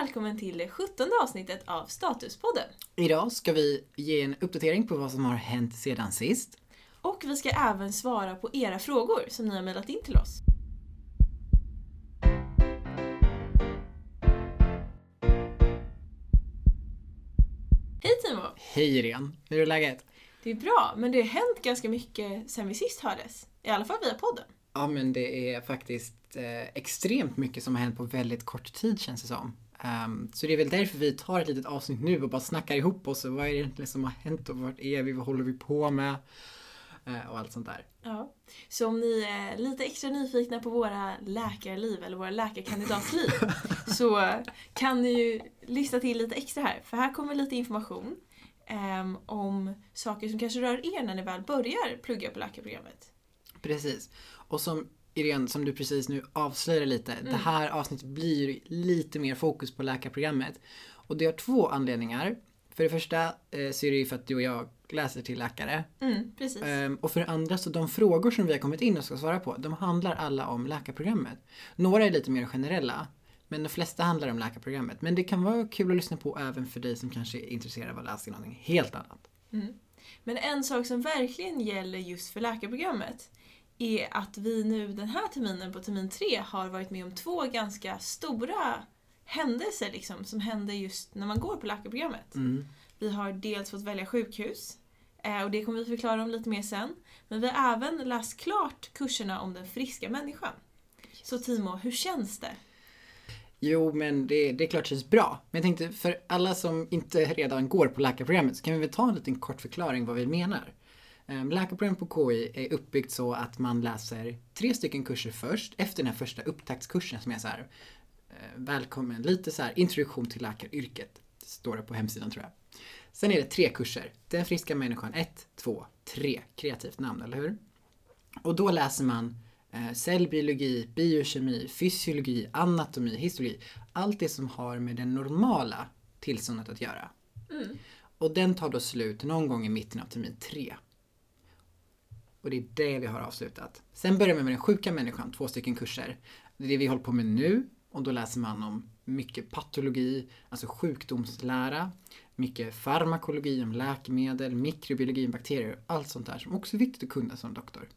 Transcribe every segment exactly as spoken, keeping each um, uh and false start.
välkommen till det sjuttonde avsnittet av Statuspodden. Idag ska vi ge en uppdatering på vad som har hänt sedan sist. Och vi ska även svara på era frågor som ni har mejlat in till oss. Hej Timo! Hej Irene, hur är läget? Det är bra, men det har hänt ganska mycket sen vi sist hördes. I alla fall via podden. Ja, men det är faktiskt eh, extremt mycket som har hänt på väldigt kort tid, känns det som. Um, så det är väl därför vi tar ett litet avsnitt nu och bara snackar ihop oss. Och vad är det egentligen som har hänt och vart är vi, vad håller vi på med? Uh, och allt sånt där. Ja, så om ni är lite extra nyfikna på våra läkarliv eller våra läkarkandidatsliv så kan ni ju lyssna till lite extra här. För här kommer lite information um, om saker som kanske rör er när ni väl börjar plugga på läkarprogrammet. Precis. Och som Irene, som du precis nu avslöjar lite, mm. det här avsnittet blir lite mer fokus på läkarprogrammet. Och det har två anledningar. För det första eh, så är det ju för att du och jag läser till läkare. Mm, precis. Um, och för det andra så de frågor som vi har kommit in och ska svara på, de handlar alla om läkarprogrammet. Några är lite mer generella, men de flesta handlar om läkarprogrammet. Men det kan vara kul att lyssna på även för dig som kanske är intresserad av att läsa någonting helt annat. Mm. Men en sak som verkligen gäller just för läkarprogrammet är att vi nu den här terminen på termin tre har varit med om två ganska stora händelser liksom, som händer just när man går på läkarprogrammet. Mm. Vi har dels fått välja sjukhus eh, och det kommer vi förklara om lite mer sen. Men vi har även läst klart kurserna om den friska människan. Yes. Så Timo, hur känns det? Jo, men det, det är klart känns bra. Men jag tänkte, för alla som inte redan går på läkarprogrammet så kan vi väl ta en liten kort förklaring vad vi menar. Läkarprogrammet på K I är uppbyggt så att man läser tre stycken kurser först. Efter den här första upptaktskursen som är så här, välkommen, lite så här introduktion till läkaryrket. Det står det på hemsidan tror jag. Sen är det tre kurser. Den friska människan ett, två, tre. Kreativt namn, eller hur? Och då läser man eh, cellbiologi, biokemi, fysiologi, anatomi, histologi. Allt det som har med den normala tillståndet att göra. Mm. Och den tar då slut någon gång i mitten av termin tre. Och det är det vi har avslutat. Sen börjar vi med den sjuka människan, två stycken kurser. Det är det vi håller på med nu. Och då läser man om mycket patologi, alltså sjukdomslära. Mycket farmakologi om läkemedel, mikrobiologi om bakterier. Allt sånt där som också är viktigt att kunna som doktor.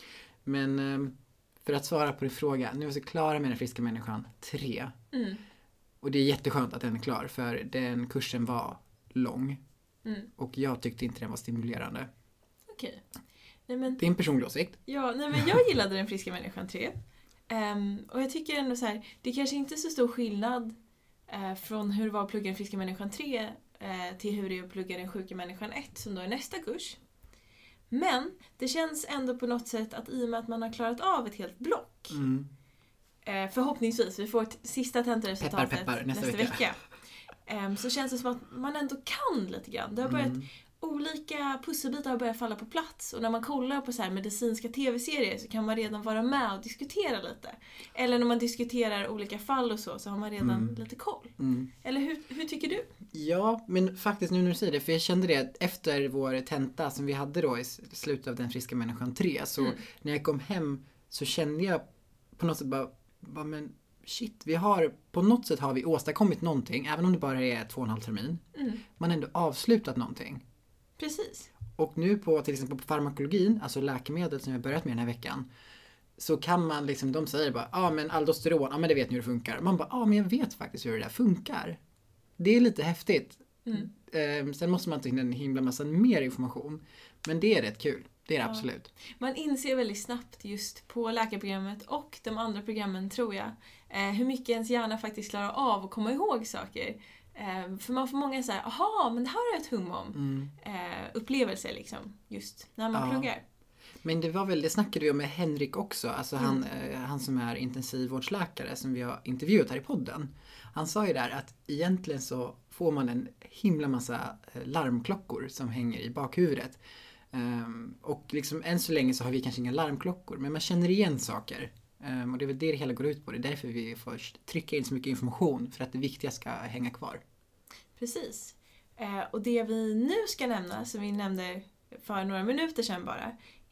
Men för att svara på din fråga, nu är vi klara med den friska människan tre. Mm. Och det är jätteskönt att den är klar, för den kursen var lång. Mm. Och jag tyckte inte den var stimulerande. Okej. Nej, men, det är en personlig åsikt. Ja, nej, men jag gillade den friska människan tre. Um, och jag tycker ändå så här, det är kanske inte så stor skillnad uh, från hur det var att plugga den friska människan tre uh, till hur det är att plugga den sjuka människan ett som då är nästa kurs. Men det känns ändå på något sätt att i och med att man har klarat av ett helt block mm. uh, förhoppningsvis, vi får ett sista tentaresultatet peppar, peppar, nästa, nästa vecka, vecka um, så känns det som att man ändå kan lite grann. Det har börjat mm. olika pusselbitar har börjat falla på plats. Och när man kollar på så här medicinska tv-serier så kan man redan vara med och diskutera lite. Eller när man diskuterar olika fall och så, så har man redan mm. lite koll. Mm. Eller hur, hur tycker du? Ja, men faktiskt nu när du säger det, för jag kände det efter vår tenta som vi hade då i slutet av den friska människan tre. Så mm. när jag kom hem så kände jag på något sätt bara, bara men shit, vi har, på något sätt har vi åstadkommit någonting, även om det bara är två och en halv termin. Mm. Man har ändå avslutat någonting. Precis. Och nu på till exempel på farmakologin, alltså läkemedel som jag börjat med den här veckan, så kan man liksom, de säger bara, ja ah, men aldosteron, ja ah, men det vet ni hur det funkar. Man bara, ja ah, men jag vet faktiskt hur det där funkar. Det är lite häftigt. Mm. Ehm, sen måste man ta in en himla massa mer information. Men det är rätt kul. Det är det ja. absolut. Man inser väldigt snabbt just på läkarprogrammet och de andra programmen tror jag, eh, hur mycket ens hjärna faktiskt klarar av att komma ihåg saker. Eh, för man får många så här, aha, men det här är ett hum om mm. eh, upplevelser liksom, just när man ja. pluggar. Men det var väl, det snackade vi om med Henrik också, alltså mm. han, eh, han som är intensivvårdsläkare som vi har intervjuat här i podden. Han sa ju där att egentligen så får man en himla massa larmklockor som hänger i bakhuvudet. Um, och liksom än så länge så har vi kanske inga larmklockor, men man känner igen saker. Um, och det är väl det det hela går ut på. Det är därför vi får trycka in så mycket information, för att det viktiga ska hänga kvar. Precis. Uh, och det vi nu ska nämna, som vi nämnde för några minuter sedan bara,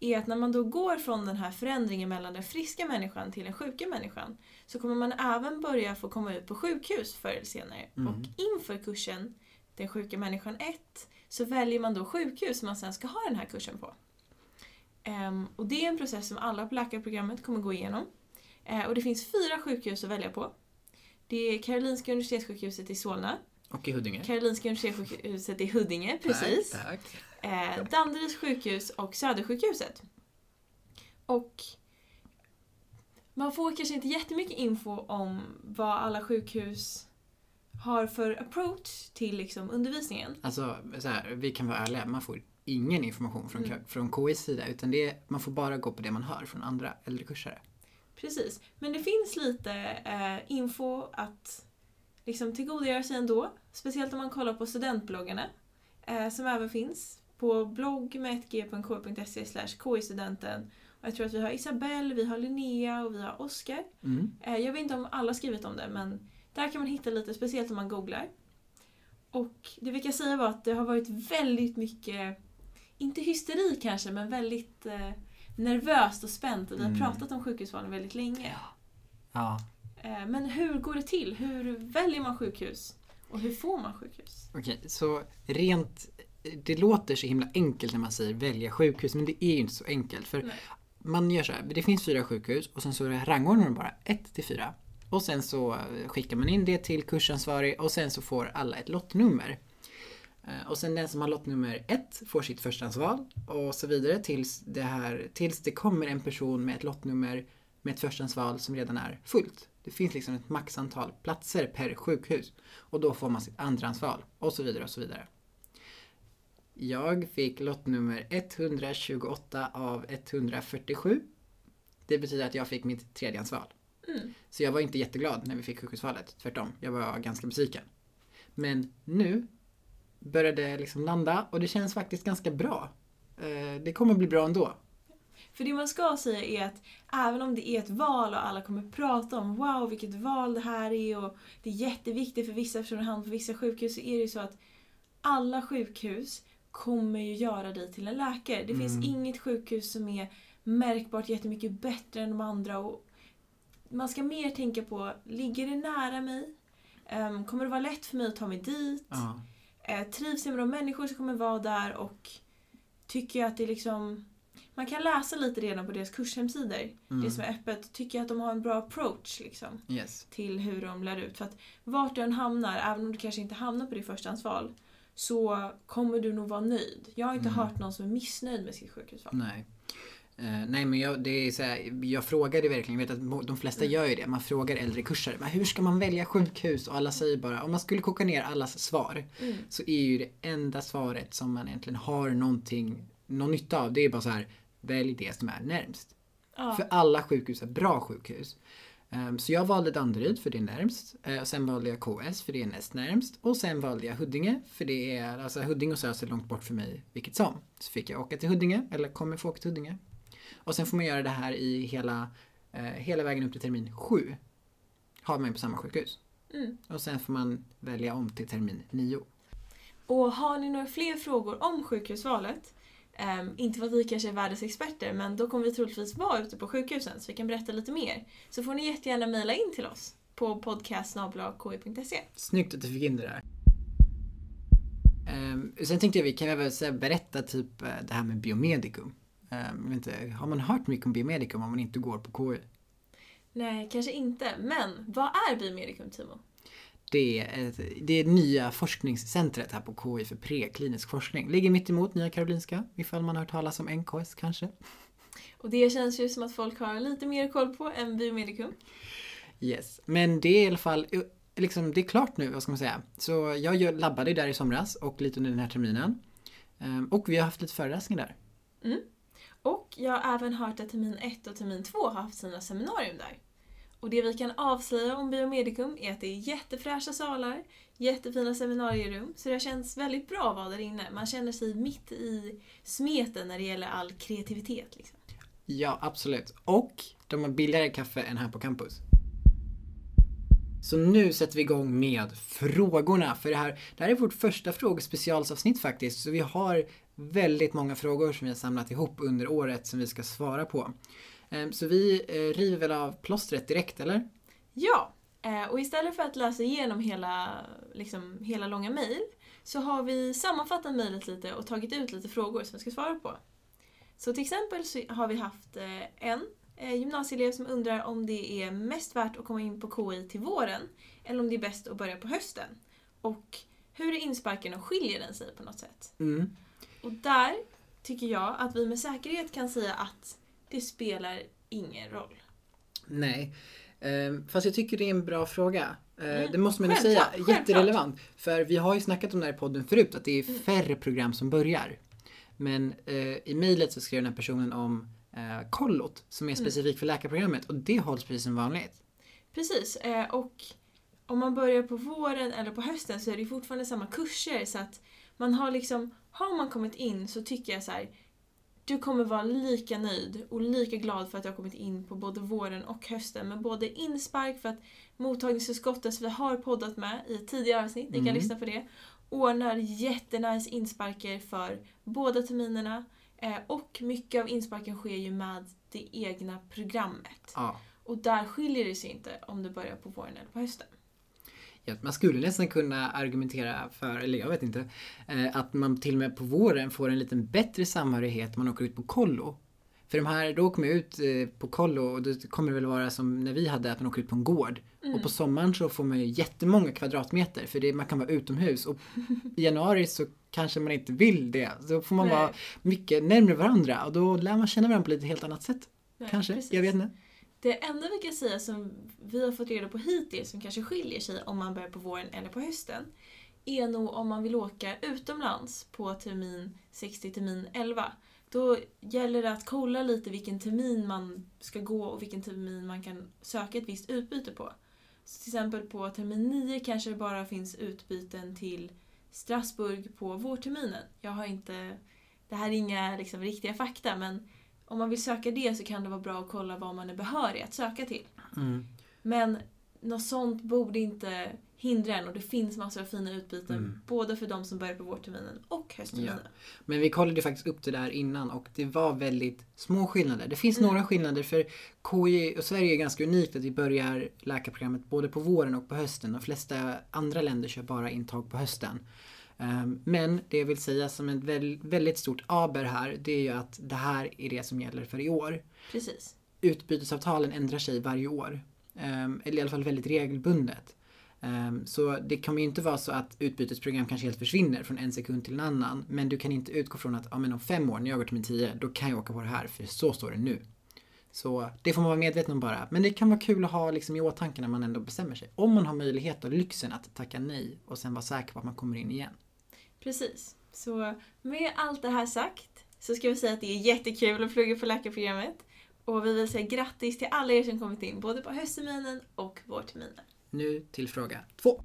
är att när man då går från den här förändringen mellan den friska människan till den sjuka människan, så kommer man även börja få komma ut på sjukhus förr eller senare. Mm. Och inför kursen, den sjuka människan ett, så väljer man då sjukhus som man sen ska ha den här kursen på. Um, och det är en process som alla på läkarprogrammet kommer gå igenom. Uh, och det finns fyra sjukhus att välja på. Det är Karolinska universitetssjukhuset i Solna. Och i Huddinge. Karolinska universitetssjukhuset i Huddinge, precis. Tack, tack. Eh, Danderyds sjukhus och Södersjukhuset. Och man får kanske inte jättemycket info om vad alla sjukhus har för approach till liksom undervisningen. Alltså, så här, vi kan vara ärliga, man får ingen information från, Mm. från K I:s sida, utan det är, man får bara gå på det man hör från andra äldre kursare. Precis, men det finns lite eh, info att liksom tillgodogöra sig ändå. Speciellt om man kollar på studentbloggarna eh, som även finns på blogg med ett g punkt k punkt se slash ki-studenten. Och jag tror att vi har Isabelle, vi har Linnea och vi har Oskar. Mm. Eh, jag vet inte om alla skrivit om det, men där kan man hitta lite, speciellt om man googlar. Och det vi kan säga var att det har varit väldigt mycket, inte hysteri kanske, men väldigt eh, nervöst och spänt. Och vi har Mm. pratat om sjukhusvalen väldigt länge. Ja, Eh, men hur går det till? Hur väljer man sjukhus? Och hur får man sjukhus? okej. Så rent, det låter så himla enkelt när man säger välja sjukhus, men det är ju inte så enkelt. För Nej. man gör så här, det finns fyra sjukhus och sen så rangordnar man bara ett till fyra. Och sen så skickar man in det till kursansvarig och sen så får alla ett lottnummer. Eh, Och sen den som har lottnummer ett får sitt förstahandsval och så vidare tills det, här, tills det kommer en person med ett lottnummer med ett förstahandsval som redan är fullt. Det finns liksom ett maxantal platser per sjukhus och då får man sitt andrahandsval och så vidare och så vidare. Jag fick lottnummer etthundratjugoåtta av etthundrafyrtiosju. Det betyder att jag fick mitt tredjehandsval. Mm. Så jag var inte jätteglad när vi fick sjukhusvalet. Tvärtom, jag var ganska besviken. Men nu började det liksom landa och det känns faktiskt ganska bra. Eh, Det kommer bli bra ändå. För det man ska säga är att även om det är ett val och alla kommer prata om wow vilket val det här är och det är jätteviktigt för vissa personer hand på vissa sjukhus, så är det ju så att alla sjukhus kommer ju göra dig till en läkare. Det Mm. finns inget sjukhus som är märkbart jättemycket bättre än de andra. Och man ska mer tänka på, ligger det nära mig? Um, kommer det vara lätt för mig att ta mig dit? Ja. Eh, trivs jag med de människor som kommer vara där och tycker jag att det liksom... Man kan läsa lite redan på deras kurshemsidor, Mm. det som är öppet. Tycker jag att de har en bra approach liksom, Yes. till hur de lär ut. För att vart du än hamnar, även om du kanske inte hamnar på ditt förstahandsval, så kommer du nog vara nöjd. Jag har inte Mm. hört någon som är missnöjd med sitt sjukhusval. Nej. Eh, nej men jag, det är så här, jag frågade verkligen, jag vet att mo- de flesta Mm. gör ju det. Man frågar äldre kursare, men hur ska man välja sjukhus? Och alla säger bara, om man skulle koka ner allas svar Mm. så är ju det enda svaret som man egentligen har någonting, någon nytta av. Det är bara så här, välj det som är närmst. Ja. För alla sjukhus är bra sjukhus. Um, så jag valde Danderyd för det är närmst. Uh, och sen valde jag K S för det är näst närmst. Och sen valde jag Huddinge för det är, alltså Huddinge och Sös är långt bort för mig vilket som. Så fick jag åka till Huddinge, eller kommer få åka till Huddinge. Och sen får man göra det här i hela, uh, hela vägen upp till termin sju. Har man ju på samma sjukhus. Mm. Och sen får man välja om till termin nio. Och har ni några fler frågor om sjukhusvalet, um, inte för att vi kanske är världens experter, men då kommer vi troligtvis vara ute på sjukhusen så vi kan berätta lite mer. Så får ni jättegärna mejla in till oss på podcast snabel-a k i punkt se. Snyggt att du fick in det där. Um, sen tänkte jag vi kan väl så här berätta typ eh, det här med biomedikum. Um, jag vet inte, har man hört mycket om biomedikum om man inte går på K I? Nej, kanske inte. Men vad är biomedikum, Timo? Det är ett, det är nya forskningscentret här på K I för preklinisk forskning. Ligger mitt emot Nya Karolinska, ifall man har hört talas om N K S kanske. Och det känns ju som att folk har lite mer koll på än biomedikum. Yes, men det är i alla fall, liksom, det är klart nu, vad ska man säga. Så jag gör- labbade där i somras och lite under den här terminen. Um, och vi har haft lite föreläsningar där. Mm. Och jag har även hört att termin ett och termin två har haft sina seminarium där. Och det vi kan avslöja om biomedikum är att det är jättefräscha salar, jättefina seminarierum, så det känns väldigt bra att vara där inne. Man känner sig mitt i smeten när det gäller all kreativitet. Liksom. Ja, absolut. Och de har billigare kaffe än här på campus. Så nu sätter vi igång med frågorna. För det här, det här är vårt första frågespecialsavsnitt faktiskt. Så vi har väldigt många frågor som vi har samlat ihop under året som vi ska svara på. Så vi river väl av plåstret direkt, eller? Ja, och istället för att läsa igenom hela, liksom, hela långa mejl så har vi sammanfattat mejlet lite och tagit ut lite frågor som vi ska svara på. Så till exempel så har vi haft en gymnasieelev som undrar om det är mest värt att komma in på K I till våren eller om det är bäst att börja på hösten. Och hur är insparken och skiljer den sig på något sätt? Mm. Och där tycker jag att vi med säkerhet kan säga att det spelar ingen roll. Nej, fast jag tycker det är en bra fråga. Mm. Det måste man ju säga, jätterelevant. För vi har ju snackat om det här i podden förut, att det är färre program som börjar. Men eh, i mejlet så skrev den här personen om eh, kollot som är specifikt för läkarprogrammet. Och det hålls precis som vanligt. Precis, eh, och om man börjar på våren eller på hösten så är det fortfarande samma kurser. Så att man har liksom, har man kommit in så tycker jag så här, du kommer vara lika nöjd och lika glad för att du har kommit in på både våren och hösten. Men både inspark för att mottagningsutskottet som vi har poddat med i tidigare avsnitt, ni kan Mm. lyssna på det, ordnar jättenice insparker för båda terminerna. Eh, och mycket av insparken sker ju med det egna programmet. Ja. Och där skiljer det sig inte om du börjar på våren eller på hösten. Ja, man skulle nästan kunna argumentera för, eller jag vet inte, eh, att man till och med på våren får en liten bättre samhörighet när man åker ut på kollo. För de här, då kommer jag ut eh, på kollo och det kommer det väl vara som när vi hade att man åker ut på en gård. Mm. Och på sommaren så får man ju jättemånga kvadratmeter för det, man kan vara utomhus. Och i januari så kanske man inte vill det. Så får man Nej. vara mycket närmare varandra och då lär man känna varandra på lite helt annat sätt. Nej, Kanske, precis. jag vet inte. Det enda vi kan säga som vi har fått reda på hittills som kanske skiljer sig om man börjar på våren eller på hösten är nog om man vill åka utomlands på termin sex till termin elva. Då gäller det att kolla lite vilken termin man ska gå och vilken termin man kan söka ett visst utbyte på. Så till exempel på termin nio kanske det bara finns utbyten till Strasbourg på vårterminen. Jag har inte, det här är inga liksom riktiga fakta, men om man vill söka det så kan det vara bra att kolla vad man är behörig att söka till. Mm. Men något sånt borde inte hindra en och det finns massor av fina utbyten Mm. både för de som börjar på vårterminen och höstterminen. Ja. Men vi kollade faktiskt upp det där innan och det var väldigt små skillnader. Det finns Mm. några skillnader för K I och Sverige är ganska unikt att vi börjar läkarprogrammet både på våren och på hösten. De flesta andra länder kör bara intag på hösten. Um, men det jag vill säga som ett väl, väldigt stort aber här, det är ju att det här är det som gäller för i år. Precis. Utbytesavtalen ändrar sig varje år. Um, eller i alla fall väldigt regelbundet. Um, så det kommer ju inte vara så att utbytesprogram kanske helt försvinner från en sekund till en annan. Men du kan inte utgå från att ja, men om fem år när jag går till min tio, då kan jag åka på det här för så står det nu. Så det får man vara medveten om bara. Men det kan vara kul att ha liksom i åtanke när man ändå bestämmer sig. Om man har möjlighet och lyxen att tacka nej och sen vara säker på att man kommer in igen. Precis. Så med allt det här sagt så ska vi säga att det är jättekul att plugga på läkarprogrammet. Och vi vill säga grattis till alla er som kommit in både på höstterminen och vårterminen. Nu till fråga två.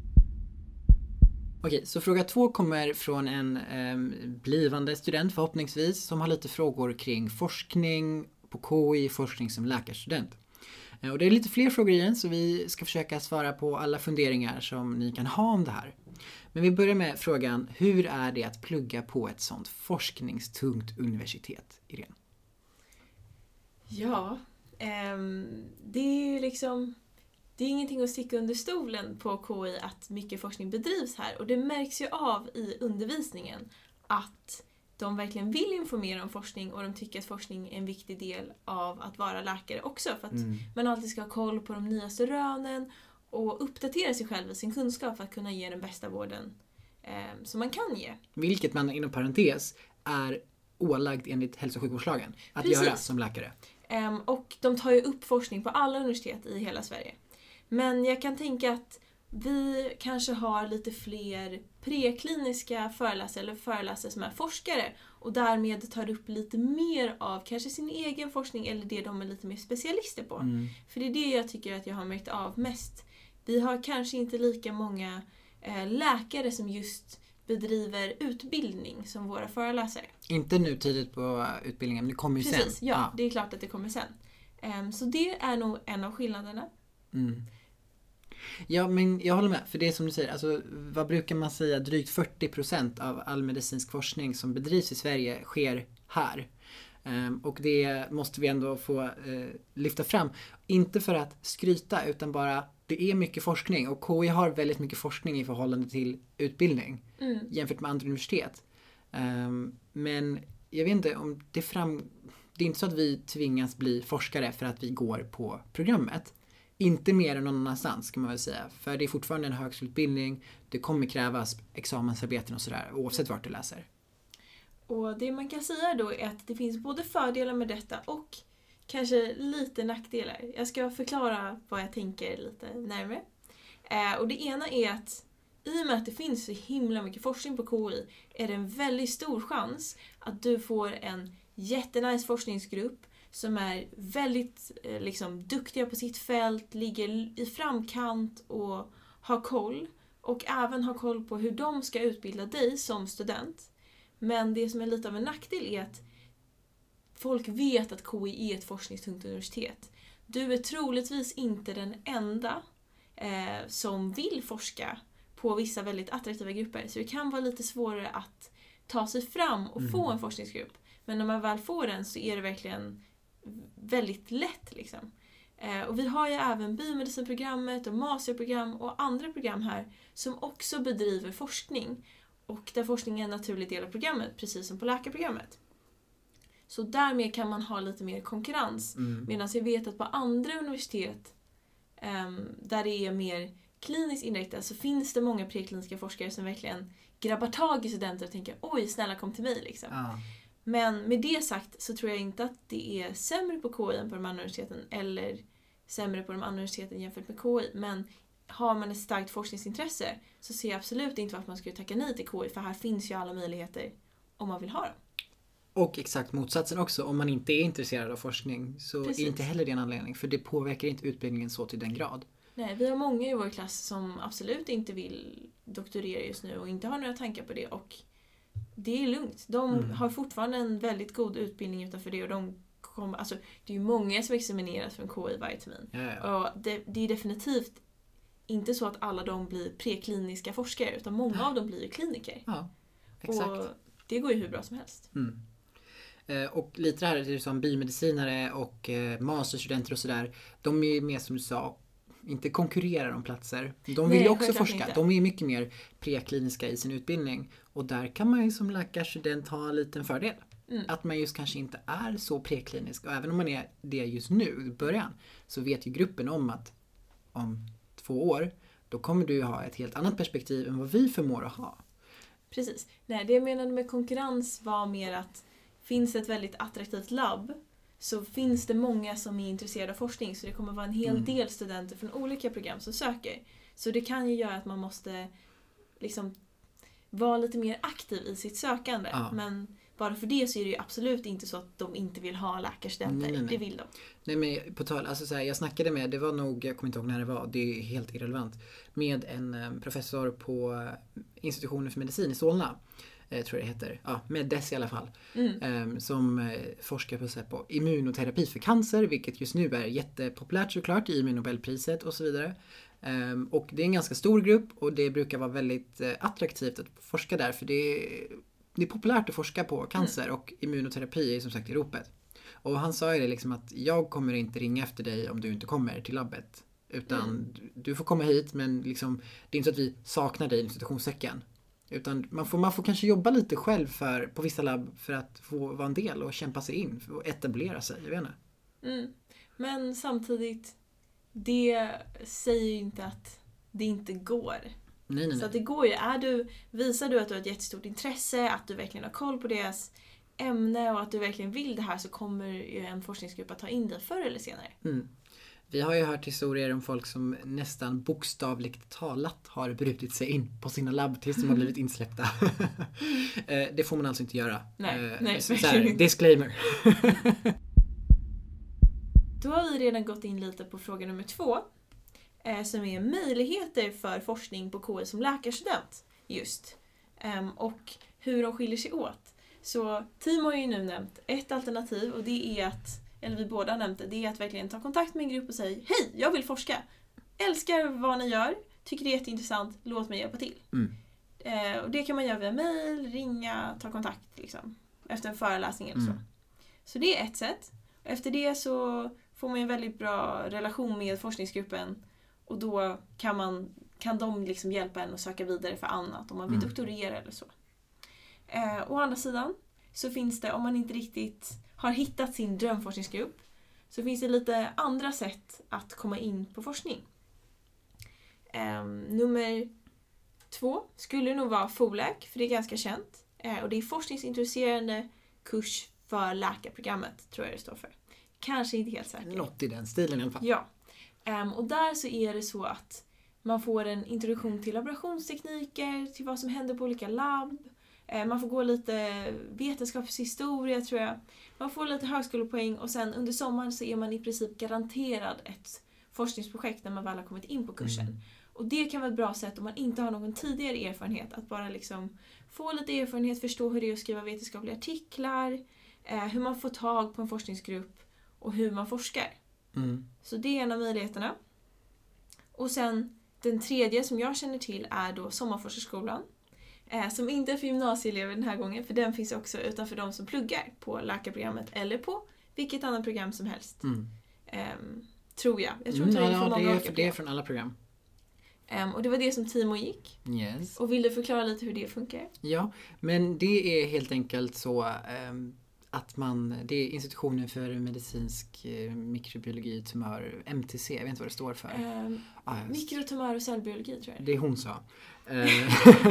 Okej, så fråga två kommer från en eh, blivande student förhoppningsvis som har lite frågor kring forskning på K I, forskning som läkarstudent. Eh, och det är lite fler frågor igen så vi ska försöka svara på alla funderingar som ni kan ha om det här. Men vi börjar med frågan, hur är det att plugga på ett sånt forskningstungt universitet, Irene? Ja, ehm, det är ju liksom... Det är ingenting att sticka under stolen på K I att mycket forskning bedrivs här. Och det märks ju av i undervisningen att de verkligen vill informera om forskning och de tycker att forskning är en viktig del av att vara läkare också. För att Mm. man alltid ska ha koll på de nyaste rönen och uppdatera sig själv i sin kunskap för att kunna ge den bästa vården eh, som man kan ge. Vilket man inom parentes är ålagd enligt hälso- och sjukvårdslagen att Precis. göra som läkare. Ehm, och de tar ju upp forskning på alla universitet i hela Sverige. Men jag kan tänka att vi kanske har lite fler prekliniska föreläsare eller föreläsare som är forskare och därmed tar upp lite mer av kanske sin egen forskning eller det de är lite mer specialister på. Mm. För det är det jag tycker att jag har märkt av mest. Vi har kanske inte lika många eh, läkare som just bedriver utbildning som våra föreläsare. Inte nu tidigt på utbildningen, men det kommer ju Precis, sen. ja, det är klart att det kommer sen. Um, så det är nog en av skillnaderna. Mm. Ja, men jag håller med. För det är som du säger, alltså, vad brukar man säga? Drygt fyrtio procent av all medicinsk forskning som bedrivs i Sverige sker här. Um, och det måste vi ändå få uh, lyfta fram. Inte för att skryta, utan bara det är mycket forskning. Och K I har väldigt mycket forskning i förhållande till utbildning. Mm. Jämfört med andra universitet. Um, men jag vet inte om det fram... Det är inte så att vi tvingas bli forskare för att vi går på programmet. Inte mer än någon annanstans ska man väl säga. För det är fortfarande en högskoleutbildning. Det kommer krävas examensarbeten och sådär oavsett vart du läser. Och det man kan säga då är att det finns både fördelar med detta och kanske lite nackdelar. Jag ska förklara vad jag tänker lite närmare. Eh, och det ena är att i och med att det finns så himla mycket forskning på K I är det en väldigt stor chans att du får en jättenice forskningsgrupp som är väldigt eh, liksom, duktiga på sitt fält, ligger i framkant och har koll. Och även har koll på hur de ska utbilda dig som student. Men det som är lite av en nackdel är att folk vet att K I är ett forskningstungt universitet. Du är troligtvis inte den enda eh, som vill forska på vissa väldigt attraktiva grupper. Så det kan vara lite svårare att ta sig fram och mm. få en forskningsgrupp. Men när man väl får den så är det verkligen väldigt lätt. Liksom. Eh, och vi har ju även biomedicinprogrammet och masterprogram och andra program här som också bedriver forskning. Och där forskning är en naturlig del av programmet, precis som på läkarprogrammet. Så därmed kan man ha lite mer konkurrens. Mm. Medan jag vet att på andra universitet um, där det är mer kliniskt inriktat så finns det många prekliniska forskare som verkligen grabbar tag i studenter och tänker oj, snälla kom till mig. Liksom. Ja. Men med det sagt så tror jag inte att det är sämre på K I än på de andra universiteten eller sämre på de andra universiteten jämfört med K I. Men har man ett starkt forskningsintresse så ser jag absolut inte varför man skulle tacka nej till K I. För här finns ju alla möjligheter om man vill ha dem. Och exakt motsatsen också. Om man inte är intresserad av forskning så Precis. Är inte heller det en anledning. För det påverkar inte utbildningen så till den grad. Nej, vi har många i vår klass som absolut inte vill doktorera just nu och inte har några tankar på det. Och det är lugnt. De mm. har fortfarande en väldigt god utbildning utanför det och de kommer, alltså, det är ju många som examineras från K I varje termin. Ja, ja. Och det, det är definitivt inte så att alla de blir prekliniska forskare utan många av dem blir ju kliniker. Ja, exakt. Och det går ju hur bra som helst. Mm. Eh, och lite det här är som biomedicinare och eh, masterstudenter och sådär. De är ju mer som du sa, inte konkurrerar om platser. De vill ju också forska. Inte. De är mycket mer prekliniska i sin utbildning. Och där kan man ju som läkarstudent ha en liten fördel. Mm. Att man just kanske inte är så preklinisk. Och även om man är det just nu i början så vet ju gruppen om att om två år då kommer du ha ett helt annat perspektiv än vad vi förmår att ha. Precis. Nej, det jag menade med konkurrens var mer att finns det ett väldigt attraktivt labb så finns det många som är intresserade av forskning så det kommer vara en hel mm. del studenter från olika program som söker. Så det kan ju göra att man måste liksom vara lite mer aktiv i sitt sökande. Ja. Men bara för det så är det ju absolut inte så att de inte vill ha läkarstudenter. Nej, nej, nej. Det vill de. Nej, men på tal, alltså så här, jag snackade med, det var nog, jag kommer inte ihåg när det var, det är helt irrelevant, med en um, professor på institutionen för medicin i Solna. Eh, tror jag det heter. Ja, Medes i alla fall. Mm. Um, som eh, forskar på, så här, på immunoterapi för cancer, vilket just nu är jättepopulärt såklart i Nobelpriset och så vidare. Um, och det är en ganska stor grupp och det brukar vara väldigt eh, attraktivt att forska där för det är, det är populärt att forska på cancer mm. och immunoterapi är som sagt i ropet. Och han sa ju det liksom att jag kommer inte ringa efter dig om du inte kommer till labbet. Utan mm. du, du får komma hit men liksom, det är inte så att vi saknar dig i institutionssäcken. Utan man får, man får kanske jobba lite själv för, på vissa labb för att få vara en del och kämpa sig in och etablera sig, jag vet inte. Mm. Men samtidigt, det säger ju inte att det inte går. Nej, nej, nej. Så att det går ju. Är du, visar du att du har ett jättestort intresse, att du verkligen har koll på deras ämne och att du verkligen vill det här så kommer ju en forskningsgrupp att ta in dig förr eller senare. Mm. Vi har ju hört historier om folk som nästan bokstavligt talat har brutit sig in på sina labb tills de har blivit insläppta. Det får man alltså inte göra. Nej, nej. Så här, disclaimer. Då har vi redan gått in lite på fråga nummer två. Som är möjligheter för forskning på K I som läkarstudent. Just. Och hur de skiljer sig åt. Så Timo har ju nu nämnt ett alternativ och det är att, eller vi båda har nämnt det, det är att verkligen ta kontakt med en grupp och säga hej, jag vill forska. älskar vad ni gör, tycker det är jätteintressant, låt mig hjälpa till. Mm. Eh, och det kan man göra via mail, ringa, ta kontakt liksom, efter en föreläsning eller så. Mm. Så det är ett sätt. Och efter det så får man en väldigt bra relation med forskningsgruppen och då kan, man, kan de liksom hjälpa en att söka vidare för annat om man vill Mm. doktorera eller så. Eh, å andra sidan så finns det, om man inte riktigt har hittat sin drömforskningsgrupp, så finns det lite andra sätt att komma in på forskning. Eh, nummer två skulle nog vara FOLAC, för det är ganska känt. Eh, och det är forskningsintroducerande kurs för läkarprogrammet, tror jag det står för. Kanske inte helt säker. Något i den stilen i alla fall. Ja. Um, och där så är det så att man får en introduktion till laborationstekniker, till vad som händer på olika labb. Uh, man får gå lite vetenskapshistoria, tror jag. Man får lite högskolepoäng och sen under sommaren så är man i princip garanterad ett forskningsprojekt när man väl har kommit in på kursen. Mm. Och det kan vara ett bra sätt om man inte har någon tidigare erfarenhet, att bara liksom få lite erfarenhet, förstå hur det är att skriva vetenskapliga artiklar, uh, hur man får tag på en forskningsgrupp och hur man forskar. Mm. Så det är en av möjligheterna. Och sen den tredje som jag känner till är då Sommarforskarskolan. Eh, som inte är för gymnasieelever den här gången, för den finns också utanför de som pluggar på läkarprogrammet eller på vilket annat program som helst. Mm. Eh, tror jag. Jag tror Mm, inte det är ja, för många det, är, olika det är program. från alla program. Eh, och det var det som Timo gick. Yes. Och vill du förklara lite hur det funkar? Ja, men det är helt enkelt så um, att man, det är institutionen för medicinsk eh, mikrobiologi, tumör, M T C, jag vet inte vad det står för. Eh, Ah, just. mikrotumör och cellbiologi, tror jag. Det hon sa. Eh,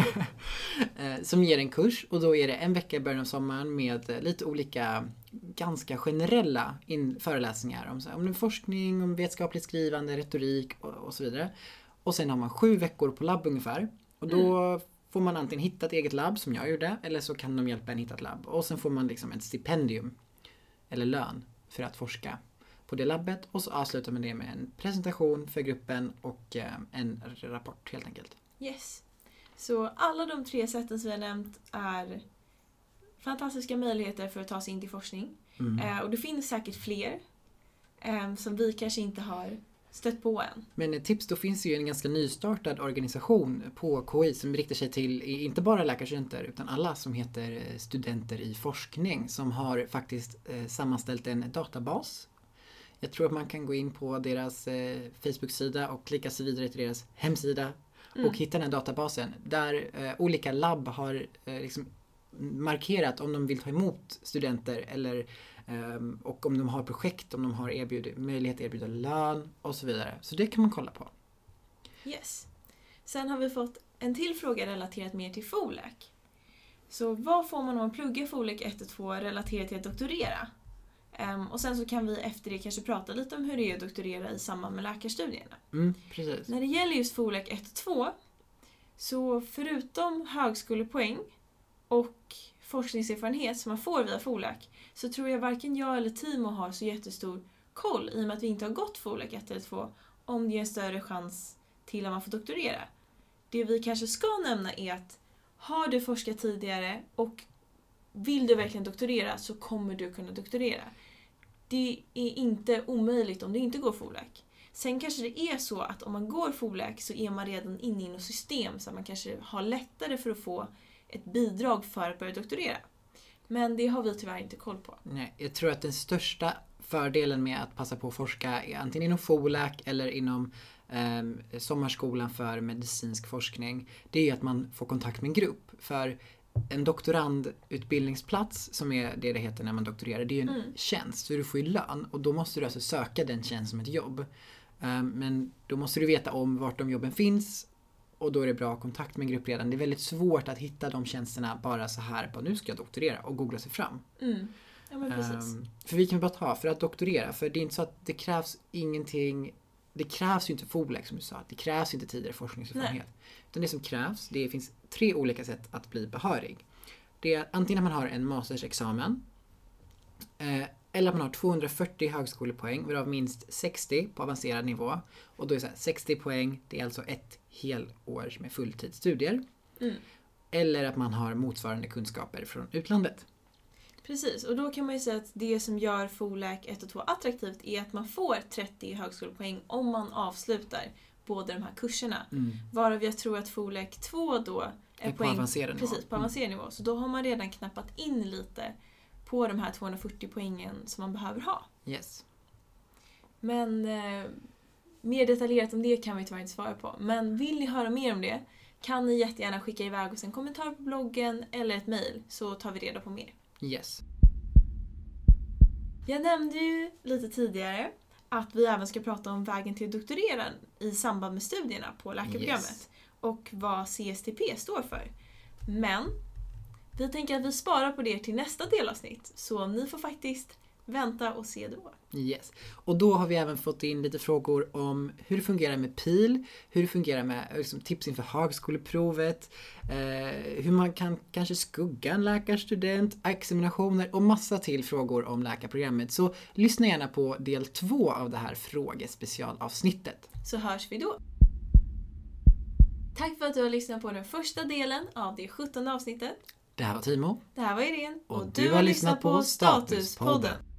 eh, som ger en kurs och då är det en vecka i början av sommaren med eh, lite olika ganska generella in- föreläsningar om, så här, om forskning, om vetenskapligt skrivande, retorik och, och så vidare. Och sen har man sju veckor på labb ungefär. Och då mm. får man antingen hitta ett eget labb som jag gjorde, eller så kan de hjälpa en hitta ett labb. Och sen får man liksom ett stipendium eller lön för att forska på det labbet. Och så avslutar man det med en presentation för gruppen och eh, en rapport helt enkelt. Yes. Så alla de tre sätten som jag nämnt är fantastiska möjligheter för att ta sig in till forskning. Mm. Eh, och det finns säkert fler eh, som vi kanske inte har stött på än. Men ett tips, då finns ju en ganska nystartad organisation på K I som riktar sig till inte bara läkarstudenter utan alla som heter studenter i forskning, som har faktiskt eh, sammanställt en databas. Jag tror att man kan gå in på deras eh, Facebook-sida och klicka sig vidare till deras hemsida mm. och hitta den här databasen där eh, olika labb har eh, liksom markerat om de vill ta emot studenter eller Um, och om de har projekt, om de har erbjud, möjlighet att erbjuda lön och så vidare. Så det kan man kolla på. Yes. Sen har vi fått en till fråga relaterat mer till FOLAC. Så vad får man om man pluggar FOLAC ett och två relaterat till att doktorera? Um, och sen så kan vi efter det kanske prata lite om hur det är att doktorera i samband med läkarstudierna. Mm, precis. När det gäller just FOLAC ett och två, så förutom högskolepoäng och forskningserfarenhet som man får via FOLAC, så tror jag varken jag eller Timo har så jättestor koll, i och med att vi inte har gått FOLAC ett eller två, om det är en större chans till att man får doktorera. Det vi kanske ska nämna är att har du forskat tidigare och vill du verkligen doktorera, så kommer du kunna doktorera. Det är inte omöjligt om du inte går FOLAC. Sen kanske det är så att om man går FOLAC så är man redan inne i något system, så att man kanske har lättare för att få ett bidrag för att börja doktorera. Men det har vi tyvärr inte koll på. Nej, jag tror att den största fördelen med att passa på att forska är antingen inom FOLAC eller inom eh, sommarskolan för medicinsk forskning. Det är ju att man får kontakt med en grupp. För en doktorandutbildningsplats, som är det det heter när man doktorerar, det är ju en mm. tjänst. Så du får ju lön och då måste du alltså söka den tjänst som ett jobb. Eh, men då måste du veta om vart de jobben finns. Och då är det bra kontakt med en grupp redan. Det är väldigt svårt att hitta de tjänsterna bara så här på nu ska jag doktorera och googla sig fram. Mm. Ja, men precis. Um, för vi kan bara ta för att doktorera. För det är inte så att det krävs ingenting. Det krävs ju inte FOLAC som du sa. Det krävs inte tidigare forskningserfarenhet. Utan det som krävs, det finns tre olika sätt att bli behörig. Det är antingen att man har en mastersexamen. Eh, eller att man har tvåhundrafyrtio högskolepoäng, varav minst sextio på avancerad nivå. Och då är det så här, sextio poäng, det är alltså ett helår med fulltidsstudier. Mm. Eller att man har motsvarande kunskaper från utlandet. Precis, och då kan man ju säga att det som gör FOLAC ett och två attraktivt är att man får trettio högskolepoäng om man avslutar båda de här kurserna. Mm. Varav jag tror att FOLEC två då är, är på poäng, avancerad nivå. precis, på avancerad nivå. Så då har man redan knappat in lite på de här tvåhundrafyrtio poängen som man behöver ha. Yes. Men eh, mer detaljerat om det kan vi tyvärr inte svara på. Men vill ni höra mer om det kan ni jättegärna skicka iväg oss en kommentar på bloggen eller ett mejl, så tar vi reda på mer. Yes. Jag nämnde ju lite tidigare att vi även ska prata om vägen till att doktorera i samband med studierna på läkarprogrammet. Yes. Och vad C S T P står för. Men vi tänker att vi sparar på det till nästa delavsnitt. Så ni får faktiskt vänta och se då. Yes. Och då har vi även fått in lite frågor om hur det fungerar med P I L, hur det fungerar med liksom, tips inför högskoleprovet, eh, hur man kan kanske skugga en läkarstudent, examinationer och massa till frågor om läkarprogrammet. Så lyssna gärna på del två av det här frågespecialavsnittet. Så hörs vi då. Tack för att du har lyssnat på den första delen av det sjuttonde avsnittet. Det här var Timo. Det här var Irene. Och, och du, du har lyssnat på Statuspodden.